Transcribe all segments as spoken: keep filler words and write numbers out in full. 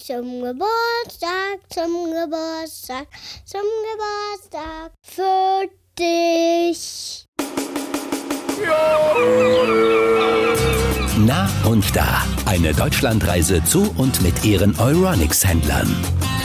Zum Geburtstag, zum Geburtstag, zum Geburtstag für dich. Na und da, eine Deutschlandreise zu und mit ihren Euronics-Händlern.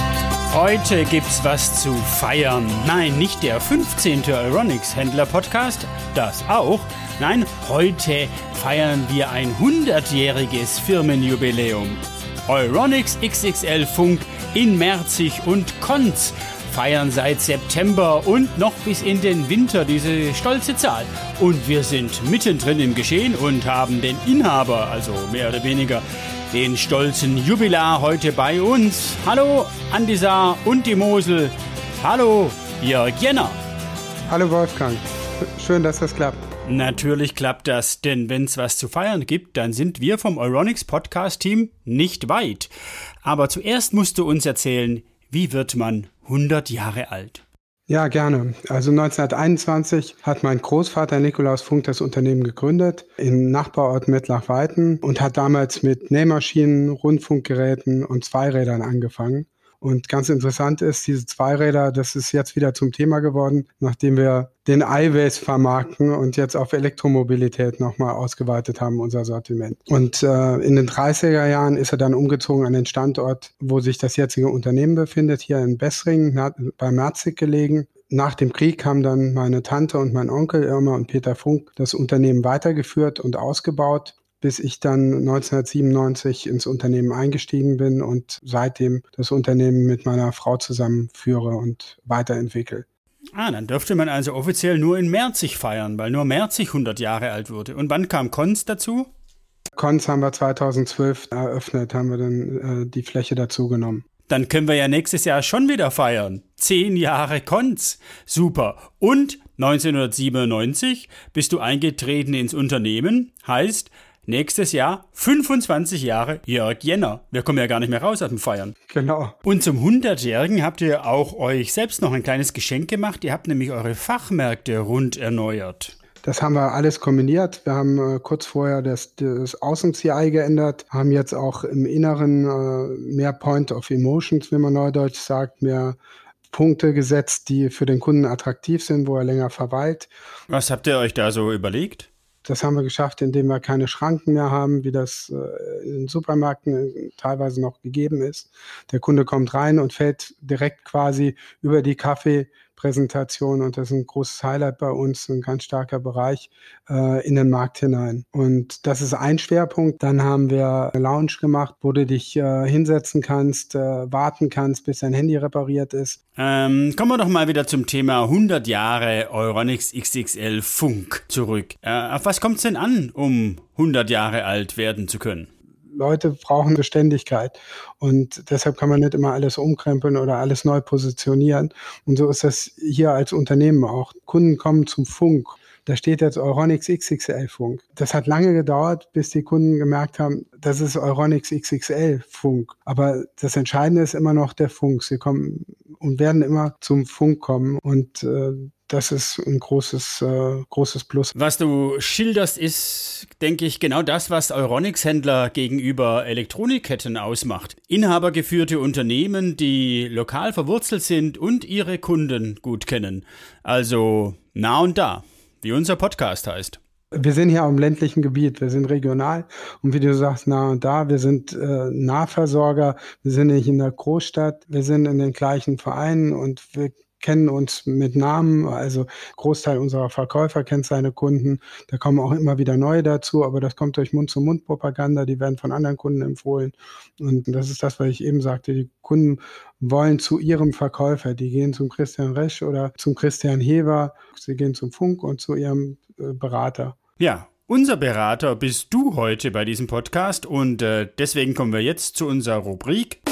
Heute gibt's was zu feiern. Nein, nicht der fünfzehnte Euronics-Händler-Podcast, das auch. Nein, heute feiern wir ein hundertjähriges Firmenjubiläum. Euronics X X L Funk in Merzig und Konz feiern seit September und noch bis in den Winter diese stolze Zahl. Und wir sind mittendrin im Geschehen und haben den Inhaber, also mehr oder weniger den stolzen Jubilar, heute bei uns. Hallo Andi Saar und die Mosel. Hallo Jörg Jenner. Hallo Wolfgang. Schön, dass das klappt. Natürlich klappt das, denn wenn es was zu feiern gibt, dann sind wir vom Euronics Podcast-Team nicht weit. Aber zuerst musst du uns erzählen, wie wird man hundert Jahre alt? Ja, gerne. Also neunzehnhunderteinundzwanzig hat mein Großvater Nikolaus Funk das Unternehmen gegründet im Nachbarort Mettlach-Weiten und hat damals mit Nähmaschinen, Rundfunkgeräten und Zweirädern angefangen. Und ganz interessant ist, diese Zweiräder, das ist jetzt wieder zum Thema geworden, nachdem wir den iWays vermarkten und jetzt auf Elektromobilität nochmal ausgeweitet haben, unser Sortiment. Und äh, in den dreißiger Jahren ist er dann umgezogen an den Standort, wo sich das jetzige Unternehmen befindet, hier in Bessringen, bei Merzig gelegen. Nach dem Krieg haben dann meine Tante und mein Onkel Irma und Peter Funk das Unternehmen weitergeführt und ausgebaut, bis ich dann neunzehnhundertsiebenundneunzig ins Unternehmen eingestiegen bin und seitdem das Unternehmen mit meiner Frau zusammen führe und weiterentwickle. Ah, dann dürfte man also offiziell nur in Merzig feiern, weil nur Merzig hundert Jahre alt wurde. Und wann kam Konz dazu? Konz haben wir zweitausendzwölf eröffnet, haben wir dann äh, die Fläche dazu genommen. Dann können wir ja nächstes Jahr schon wieder feiern. Zehn Jahre Konz. Super. Und neunzehnhundertsiebenundneunzig bist du eingetreten ins Unternehmen, heißt nächstes Jahr fünfundzwanzig Jahre Jörg Jenner. Wir kommen ja gar nicht mehr raus aus dem Feiern. Genau. Und zum hundertjährigen habt ihr auch euch selbst noch ein kleines Geschenk gemacht. Ihr habt nämlich eure Fachmärkte rund erneuert. Das haben wir alles kombiniert. Wir haben äh, kurz vorher das, das Außen-C I geändert, haben jetzt auch im Inneren äh, mehr Point of Emotions, wie man neudeutsch sagt, mehr Punkte gesetzt, die für den Kunden attraktiv sind, wo er länger verweilt. Was habt ihr euch da so überlegt? Das haben wir geschafft, indem wir keine Schranken mehr haben, wie das äh, in den Supermärkten teilweise noch gegeben ist. Der Kunde kommt rein und fällt direkt quasi über die Kaffeepräsentation, und das ist ein großes Highlight bei uns, ein ganz starker Bereich, äh, in den Markt hinein. Und das ist ein Schwerpunkt. Dann haben wir eine Lounge gemacht, wo du dich äh, hinsetzen kannst, äh, warten kannst, bis dein Handy repariert ist. Ähm, kommen wir doch mal wieder zum Thema hundert Jahre Euronics X X L Funk zurück. Äh, auf was kommt es denn an, um hundert Jahre alt werden zu können? Leute brauchen Beständigkeit und deshalb kann man nicht immer alles umkrempeln oder alles neu positionieren. Und so ist das hier als Unternehmen auch. Kunden kommen zum Funk. Da steht jetzt Euronics X X L Funk. Das hat lange gedauert, bis die Kunden gemerkt haben, das ist Euronics X X L Funk. Aber das Entscheidende ist immer noch der Funk. Sie kommen und werden immer zum Funk kommen und äh, das ist ein großes, äh, großes Plus. Was du schilderst, ist, denke ich, genau das, was Euronics-Händler gegenüber Elektronikketten ausmacht. Inhabergeführte Unternehmen, die lokal verwurzelt sind und ihre Kunden gut kennen. Also nah und da, wie unser Podcast heißt. Wir sind hier im ländlichen Gebiet, wir sind regional und wie du sagst, nah und da, wir sind äh, Nahversorger, wir sind nicht in der Großstadt, wir sind in den gleichen Vereinen und wir kennen uns mit Namen, also Großteil unserer Verkäufer kennt seine Kunden, da kommen auch immer wieder neue dazu, aber das kommt durch Mund-zu-Mund-Propaganda, die werden von anderen Kunden empfohlen und das ist das, was ich eben sagte, die Kunden wollen zu ihrem Verkäufer, die gehen zum Christian Resch oder zum Christian Hever, sie gehen zum Funk und zu ihrem äh, Berater. Ja, unser Berater bist du heute bei diesem Podcast und äh, deswegen kommen wir jetzt zu unserer Rubrik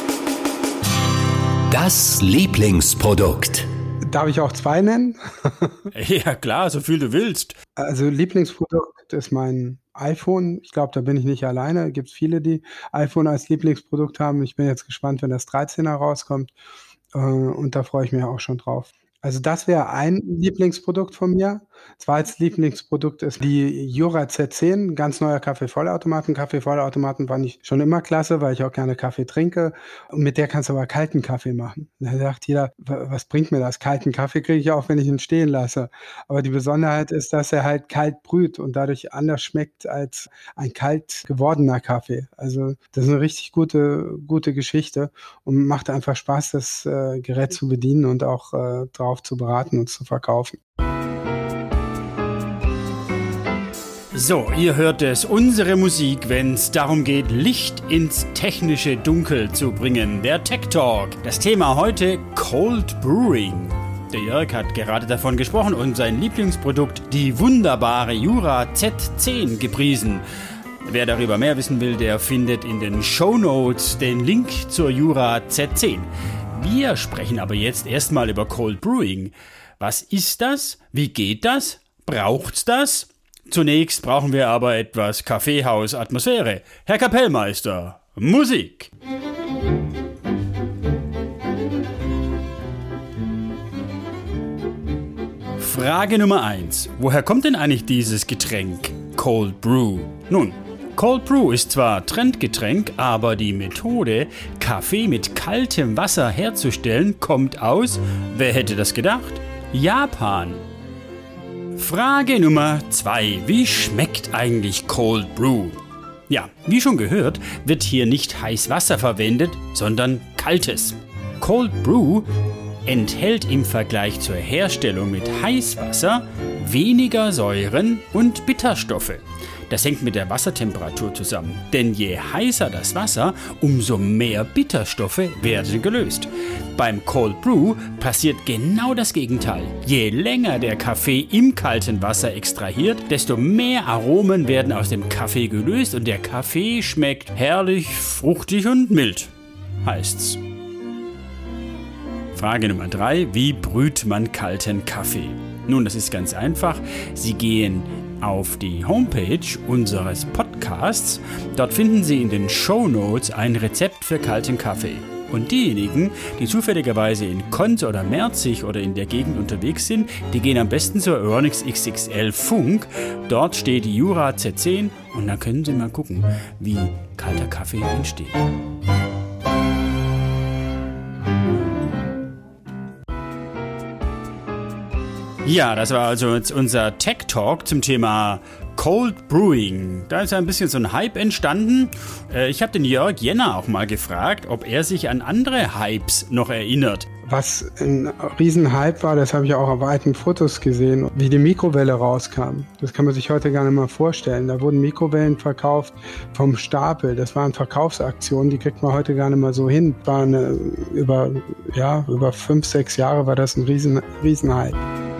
Das Lieblingsprodukt. Darf ich auch zwei nennen? Ja klar, so viel du willst. Also Lieblingsprodukt ist mein iPhone. Ich glaube, da bin ich nicht alleine. Es gibt viele, die iPhone als Lieblingsprodukt haben. Ich bin jetzt gespannt, wenn das dreizehner rauskommt. Äh, und da freue ich mich auch schon drauf. Also das wäre ein Lieblingsprodukt von mir. Zweites Lieblingsprodukt ist die Jura Z zehn, ganz neuer Kaffeevollautomaten. Kaffeevollautomaten fand ich schon immer klasse, weil ich auch gerne Kaffee trinke. Und mit der kannst du aber kalten Kaffee machen. Da sagt jeder, was bringt mir das? Kalten Kaffee kriege ich auch, wenn ich ihn stehen lasse. Aber die Besonderheit ist, dass er halt kalt brüht und dadurch anders schmeckt als ein kalt gewordener Kaffee. Also das ist eine richtig gute, gute Geschichte und macht einfach Spaß, das äh, Gerät zu bedienen und auch äh, drauf zu beraten und zu verkaufen. So, ihr hört es, unsere Musik, wenn es darum geht, Licht ins technische Dunkel zu bringen. Der Tech Talk. Das Thema heute Cold Brewing. Der Jörg hat gerade davon gesprochen und sein Lieblingsprodukt, die wunderbare Jura Z zehn, gepriesen. Wer darüber mehr wissen will, der findet in den Shownotes den Link zur Jura Z zehn. Wir sprechen aber jetzt erstmal über Cold Brewing. Was ist das? Wie geht das? Braucht's das? Zunächst brauchen wir aber etwas Kaffeehaus-Atmosphäre. Herr Kapellmeister, Musik! Frage Nummer eins. Woher kommt denn eigentlich dieses Getränk Cold Brew? Nun, Cold Brew ist zwar Trendgetränk, aber die Methode, Kaffee mit kaltem Wasser herzustellen, kommt aus, wer hätte das gedacht? Japan. Frage Nummer zwei. Wie schmeckt eigentlich Cold Brew? Ja, wie schon gehört, wird hier nicht heiß Wasser verwendet, sondern kaltes. Cold Brew enthält im Vergleich zur Herstellung mit Heißwasser weniger Säuren und Bitterstoffe. Das hängt mit der Wassertemperatur zusammen, denn je heißer das Wasser, umso mehr Bitterstoffe werden gelöst. Beim Cold Brew passiert genau das Gegenteil. Je länger der Kaffee im kalten Wasser extrahiert, desto mehr Aromen werden aus dem Kaffee gelöst und der Kaffee schmeckt herrlich, fruchtig und mild, heißt's. Frage Nummer drei. Wie brüht man kalten Kaffee? Nun, das ist ganz einfach. Sie gehen auf die Homepage unseres Podcasts. Dort finden Sie in den Shownotes ein Rezept für kalten Kaffee. Und diejenigen, die zufälligerweise in Konz oder Merzig oder in der Gegend unterwegs sind, die gehen am besten zur Euronics X X L Funk. Dort steht die Jura Z zehn und dann können Sie mal gucken, wie kalter Kaffee entsteht. Ja, das war also jetzt unser Tech Talk zum Thema Cold Brewing. Da ist ein bisschen so ein Hype entstanden. Ich habe den Jörg Jenner auch mal gefragt, ob er sich an andere Hypes noch erinnert. Was ein Riesenhype war, das habe ich auch auf alten Fotos gesehen, wie die Mikrowelle rauskam. Das kann man sich heute gar nicht mal vorstellen. Da wurden Mikrowellen verkauft vom Stapel. Das waren Verkaufsaktionen, die kriegt man heute gar nicht mal so hin. War eine, über, ja, über fünf, sechs Jahre war das ein riesen, Riesenhype.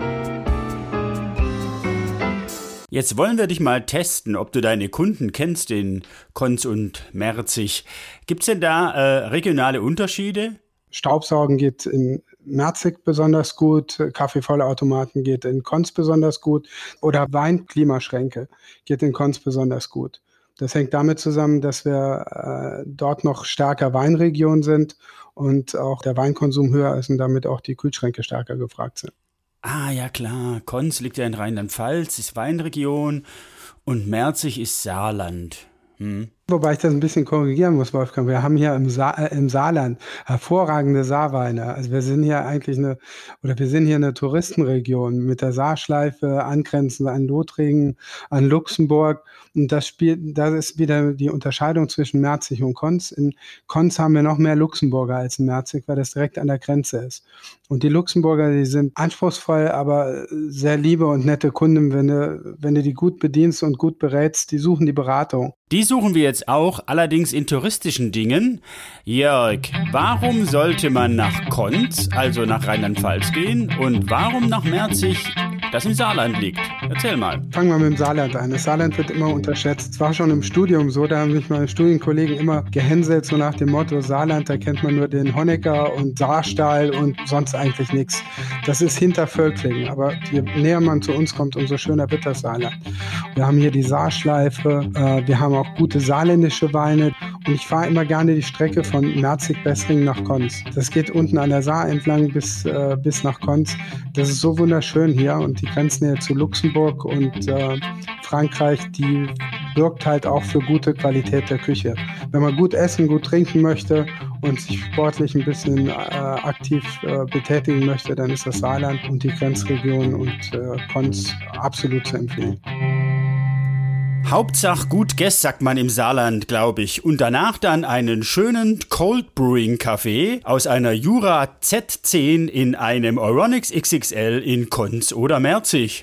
Jetzt wollen wir dich mal testen, ob du deine Kunden kennst in Konz und Merzig. Gibt es denn da äh, regionale Unterschiede? Staubsaugen geht in Merzig besonders gut, Kaffeevollautomaten geht in Konz besonders gut oder Weinklimaschränke geht in Konz besonders gut. Das hängt damit zusammen, dass wir äh, dort noch stärker Weinregion sind und auch der Weinkonsum höher ist und damit auch die Kühlschränke stärker gefragt sind. Ah, ja klar, Konz liegt ja in Rheinland-Pfalz, ist Weinregion und Merzig ist Saarland. Hm. Wobei ich das ein bisschen korrigieren muss, Wolfgang. Wir haben hier im, Sa- äh, im Saarland hervorragende Saarweine. Also wir sind hier eigentlich eine, oder wir sind hier eine Touristenregion mit der Saarschleife, angrenzend an Lothringen, an Luxemburg. Und das spielt, das ist wieder die Unterscheidung zwischen Merzig und Konz. In Konz haben wir noch mehr Luxemburger als in Merzig, weil das direkt an der Grenze ist. Und die Luxemburger, die sind anspruchsvoll, aber sehr liebe und nette Kunden. Wenn du, wenn du die gut bedienst und gut berätst, die suchen die Beratung. Die suchen wir jetzt auch, allerdings in touristischen Dingen. Jörg, warum sollte man nach Konz, also nach Rheinland-Pfalz gehen und warum nach Merzig, das im Saarland liegt? Erzähl mal. Fangen wir mit dem Saarland an. Das Saarland wird immer unterschätzt. Es war schon im Studium so, da haben mich meine Studienkollegen immer gehänselt, so nach dem Motto Saarland, da kennt man nur den Honecker und Saarstahl und sonst eigentlich nichts. Das ist hinter Völklingen, aber je näher man zu uns kommt, umso schöner wird das Saarland. Wir haben hier die Saarschleife, äh, wir haben auch gute saarländische Weine Und ich fahre immer gerne die Strecke von Merzig-Bessringen nach Konz. Das geht unten an der Saar entlang bis, äh, bis nach Konz. Das ist so wunderschön hier und die Grenznähe zu Luxemburg und äh, Frankreich, die birgt halt auch für gute Qualität der Küche. Wenn man gut essen, gut trinken möchte und sich sportlich ein bisschen äh, aktiv äh, betätigen möchte, dann ist das Saarland und die Grenzregion und äh, Konz absolut zu empfehlen. Hauptsache gut Guess, sagt man im Saarland, glaube ich. Und danach dann einen schönen Cold Brewing Kaffee aus einer Jura Z zehn in einem Euronics X X L in Konz oder Merzig.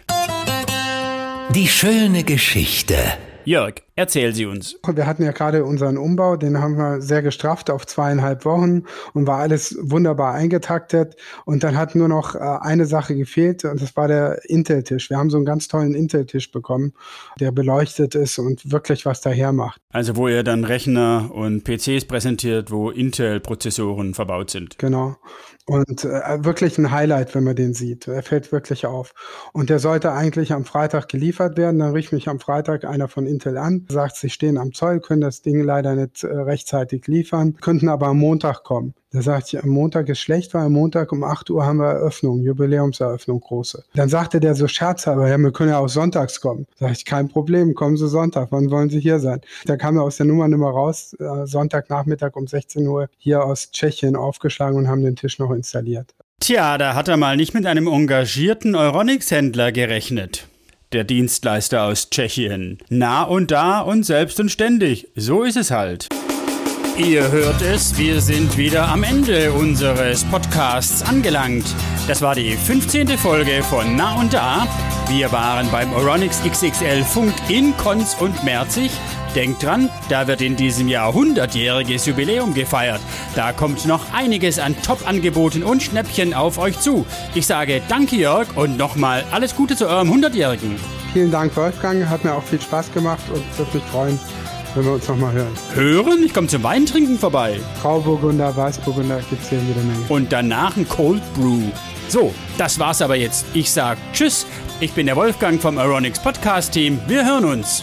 Die schöne Geschichte. Jörg, erzähl sie uns. Wir hatten ja gerade unseren Umbau, den haben wir sehr gestrafft auf zweieinhalb Wochen und war alles wunderbar eingetaktet. Und dann hat nur noch äh, eine Sache gefehlt und das war der Intel-Tisch. Wir haben so einen ganz tollen Intel-Tisch bekommen, der beleuchtet ist und wirklich was daher macht. Also wo ihr dann Rechner und P Cs präsentiert, wo Intel-Prozessoren verbaut sind. Genau. Und äh, wirklich ein Highlight, wenn man den sieht. Er fällt wirklich auf. Und der sollte eigentlich am Freitag geliefert werden. Dann rief mich am Freitag einer von Intel an, sagt, sie stehen am Zoll, können das Ding leider nicht äh, rechtzeitig liefern, könnten aber am Montag kommen. Da sagte ich, am Montag ist schlecht, weil am Montag um acht Uhr haben wir Eröffnung, Jubiläumseröffnung, große. Dann sagte der so scherzhalber, ja, wir können ja auch sonntags kommen. Sag ich, kein Problem, kommen Sie Sonntag, wann wollen Sie hier sein? Da kam er aus der Nummer Nummer raus, äh, Sonntagnachmittag um sechzehn Uhr hier aus Tschechien aufgeschlagen und haben den Tisch noch installiert. Tja, da hat er mal nicht mit einem engagierten Euronics-Händler gerechnet. Der Dienstleister aus Tschechien. Nah und da und selbst und ständig. So ist es halt. Ihr hört es, wir sind wieder am Ende unseres Podcasts angelangt. Das war die fünfzehnte Folge von Nah und Da. Wir waren beim Euronics X X L Funk in Konz und Merzig. Denkt dran, da wird in diesem Jahr hundertjähriges Jubiläum gefeiert. Da kommt noch einiges an Top-Angeboten und Schnäppchen auf euch zu. Ich sage danke Jörg und nochmal alles Gute zu eurem hundertjährigen. Vielen Dank Wolfgang, hat mir auch viel Spaß gemacht und würde mich freuen, wenn wir uns nochmal hören. Hören? Ich komme zum Weintrinken vorbei. Grauburgunder, Weißburgunder gibt's hier jede Menge. Und danach ein Cold Brew. So, das war's aber jetzt. Ich sag Tschüss. Ich bin der Wolfgang vom Euronics Podcast Team. Wir hören uns.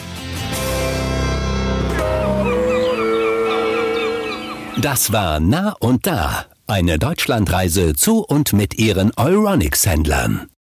Das war Nah und Da, eine Deutschlandreise zu und mit ihren Euronics-Händlern.